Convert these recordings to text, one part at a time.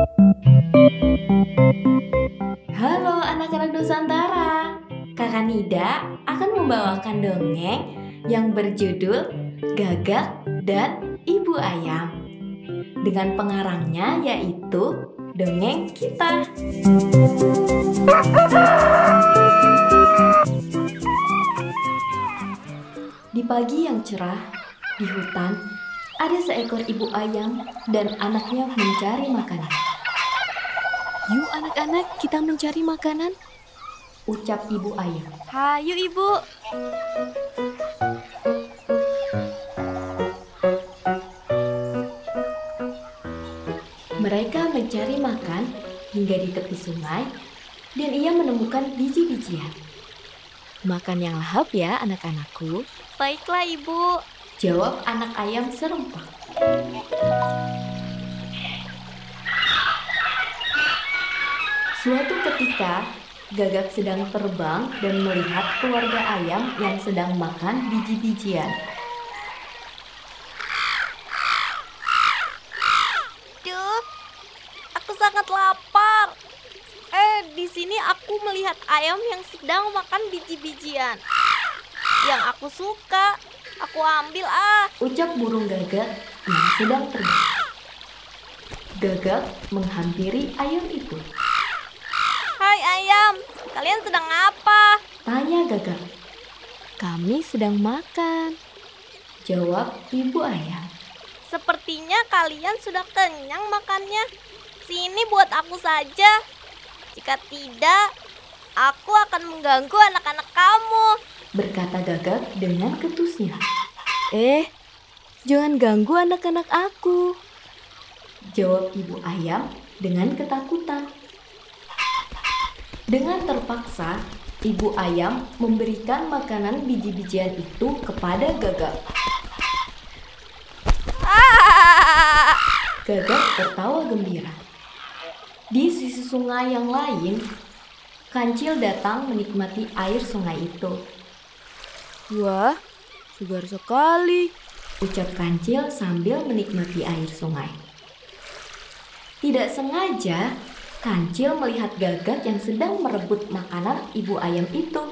Halo anak-anak Nusantara, Kakak Nida akan membawakan dongeng yang berjudul Gagak dan Ibu Ayam dengan pengarangnya yaitu Dongeng Kita. Di pagi yang cerah, di hutan, ada seekor ibu ayam dan anaknya mencari makanan. Yuk anak-anak, kita mencari makanan, ucap ibu ayam. Hayu ibu. Mereka mencari makan hingga di tepi sungai dan ia menemukan biji-bijian. Makan yang lahap ya anak-anakku. Baiklah ibu, jawab anak ayam serempak. Suatu ketika, Gagak sedang terbang dan melihat keluarga ayam yang sedang makan biji-bijian. Duh, aku sangat lapar. Di sini aku melihat ayam yang sedang makan biji-bijian. Yang aku suka, aku ambil ucap burung gagak yang sedang terbang. Gagak menghampiri ayam itu. Hai ayam, kalian sedang apa? Tanya Gagak. Kami sedang makan, jawab ibu ayam. Sepertinya kalian sudah kenyang makannya. Sini buat aku saja. Jika tidak, aku akan mengganggu anak-anak kamu, berkata Gagak dengan ketusnya. Jangan ganggu anak-anak aku, jawab ibu ayam dengan ketakutan. Dengan terpaksa, ibu ayam memberikan makanan biji-bijian itu kepada Gagak. Gagak tertawa gembira. Di sisi sungai yang lain, Kancil datang menikmati air sungai itu. Wah, segar sekali, ucap Kancil sambil menikmati air sungai. Tidak sengaja, Kancil melihat Gagak yang sedang merebut makanan ibu ayam itu.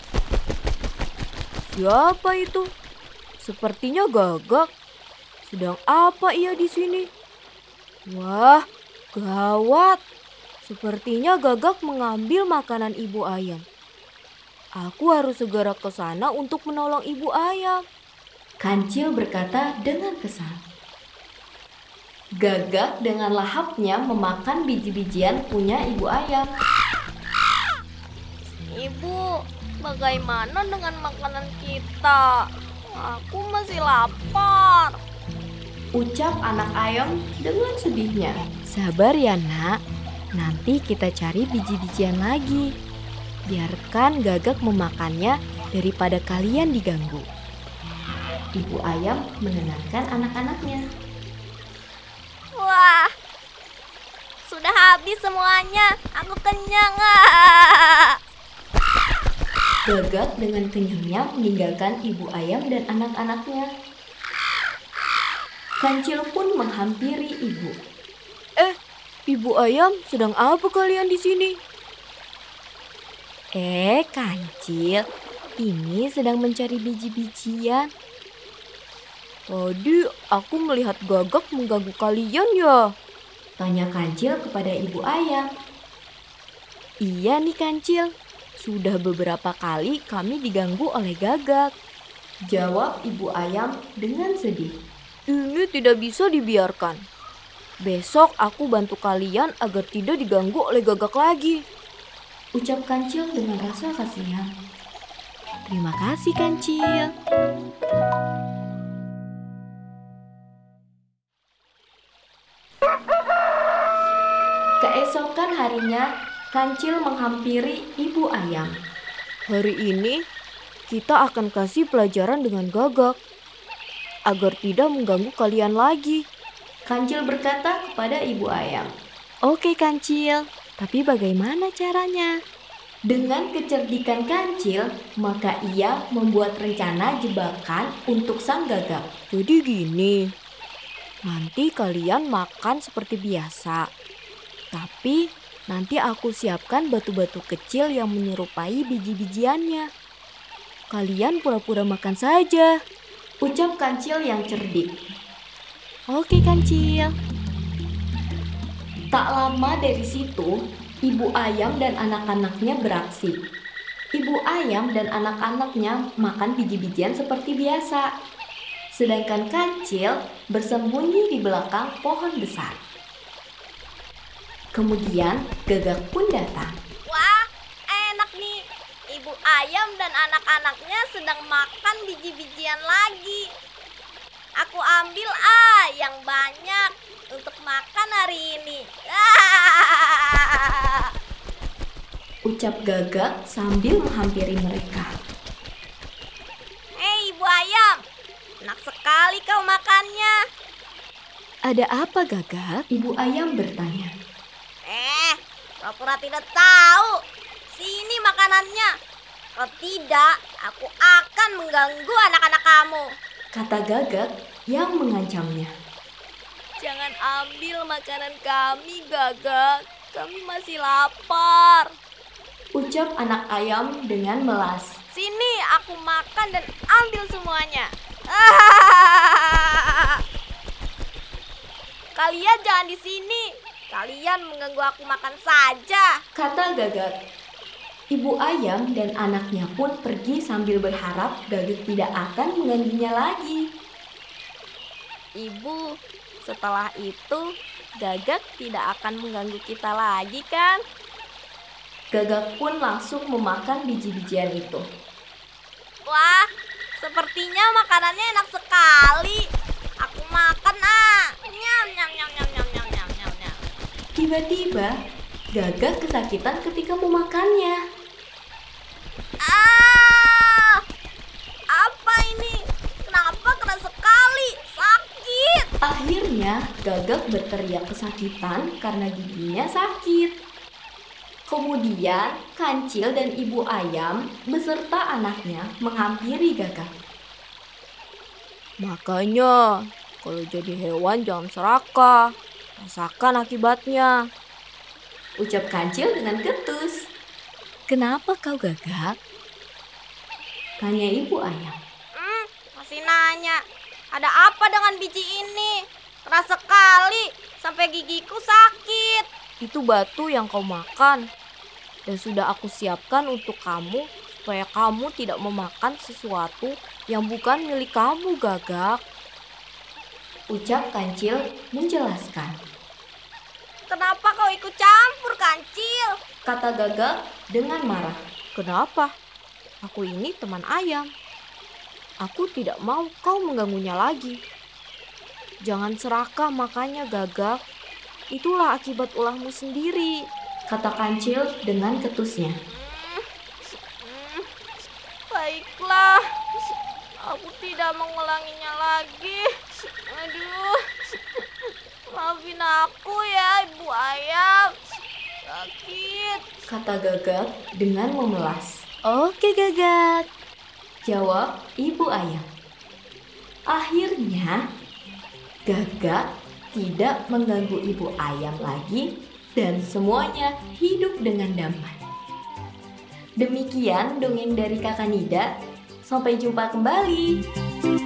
Siapa itu? Sepertinya Gagak. Sedang apa ia di sini? Wah, gawat. Sepertinya Gagak mengambil makanan ibu ayam. Aku harus segera ke sana untuk menolong ibu ayam, Kancil berkata dengan kesal. Gagak dengan lahapnya memakan biji-bijian punya ibu ayam. Ibu, bagaimana dengan makanan kita? Aku masih lapar, ucap anak ayam dengan sedihnya. Sabar ya nak, nanti kita cari biji-bijian lagi. Biarkan Gagak memakannya daripada kalian diganggu. Ibu ayam menenangkan anak-anaknya. Wah, sudah habis semuanya. Aku kenyang. Gagak dengan kenyangnya meninggalkan ibu ayam dan anak-anaknya. Kancil pun menghampiri ibu. Ibu ayam, sedang apa kalian di sini? Kancil, ini sedang mencari biji-bijian. Tadi aku melihat Gagak mengganggu kalian ya? Tanya Kancil kepada ibu ayam. Iya nih Kancil, sudah beberapa kali kami diganggu oleh Gagak, jawab ibu ayam dengan sedih. Ini tidak bisa dibiarkan. Besok aku bantu kalian agar tidak diganggu oleh Gagak lagi, ucap Kancil dengan rasa kasihan. Terima kasih Kancil. Keesokan harinya, Kancil menghampiri ibu ayam. Hari ini kita akan kasih pelajaran dengan Gagak agar tidak mengganggu kalian lagi, Kancil berkata kepada ibu ayam. Oke Kancil, tapi bagaimana caranya? Dengan kecerdikan Kancil, maka ia membuat rencana jebakan untuk sang Gagak. Jadi gini, nanti kalian makan seperti biasa. Tapi nanti aku siapkan batu-batu kecil yang menyerupai biji-bijiannya. Kalian pura-pura makan saja. Ucap Kancil yang cerdik. Oke, Kancil. Tak lama dari situ, ibu ayam dan anak-anaknya beraksi. Ibu ayam dan anak-anaknya makan biji-bijian seperti biasa. Sedangkan Kancil bersembunyi di belakang pohon besar. Kemudian Gagak pun datang. Wah, enak nih. Ibu ayam dan anak-anaknya sedang makan biji-bijian lagi. Aku ambil yang banyak untuk makan hari ini. Ucap Gagak sambil menghampiri mereka. Hei ibu ayam, enak sekali kau makannya. Ada apa, Gagak? Ibu ayam bertanya. Pura-pura tidak tahu. Sini makanannya. Kalau tidak, aku akan mengganggu anak-anak kamu. Kata Gagak yang mengancamnya. Jangan ambil makanan kami, Gagak. Kami masih lapar. Ucap anak ayam dengan melas. Sini aku makan dan ambil semuanya. Kalian jangan di sini. Kalian mengganggu aku makan saja. Kata Gagak. Ibu ayam dan anaknya pun pergi sambil berharap Gagak tidak akan mengganggunya lagi. Ibu, setelah itu Gagak tidak akan mengganggu kita lagi kan? Gagak pun langsung memakan biji-bijian itu. Wah, sepertinya makanannya enak sekali. Aku makan Nyam nyam nyam nyam nyam nyam nyam nyam nyam. Tiba-tiba Gagak kesakitan ketika memakannya. Apa ini? Kenapa keras sekali? Sakit. Akhirnya Gagak berteriak kesakitan karena giginya sakit. Kemudian Kancil dan ibu ayam beserta anaknya menghampiri Gagak. Makanya, kalau jadi hewan jangan serakah. Rasakan akibatnya. Ucap Kancil dengan ketus. Kenapa kau, Gagak? Tanya ibu ayam. Masih nanya. Ada apa dengan biji ini? Keras sekali sampai gigiku sakit. Itu batu yang kau makan. Dan sudah aku siapkan untuk kamu supaya kamu tidak memakan sesuatu yang bukan milik kamu, Gagak. Ucap Kancil menjelaskan. Kenapa kau ikut campur, Kancil? Kata Gagak dengan marah. Kenapa? Aku ini teman ayam. Aku tidak mau kau mengganggunya lagi. Jangan serakah makanya, Gagak. Itulah akibat ulahmu sendiri. Kata Kancil dengan ketusnya. Baiklah, aku tidak mengulanginya lagi. Aduh, maafin aku ya ibu ayam. Sakit. Kata Gagak dengan memelas. Oke, Gagak. Jawab ibu ayam. Akhirnya Gagak tidak mengganggu ibu ayam lagi dan semuanya hidup dengan damai. Demikian dongeng dari Kakak Nida. Sampai jumpa kembali.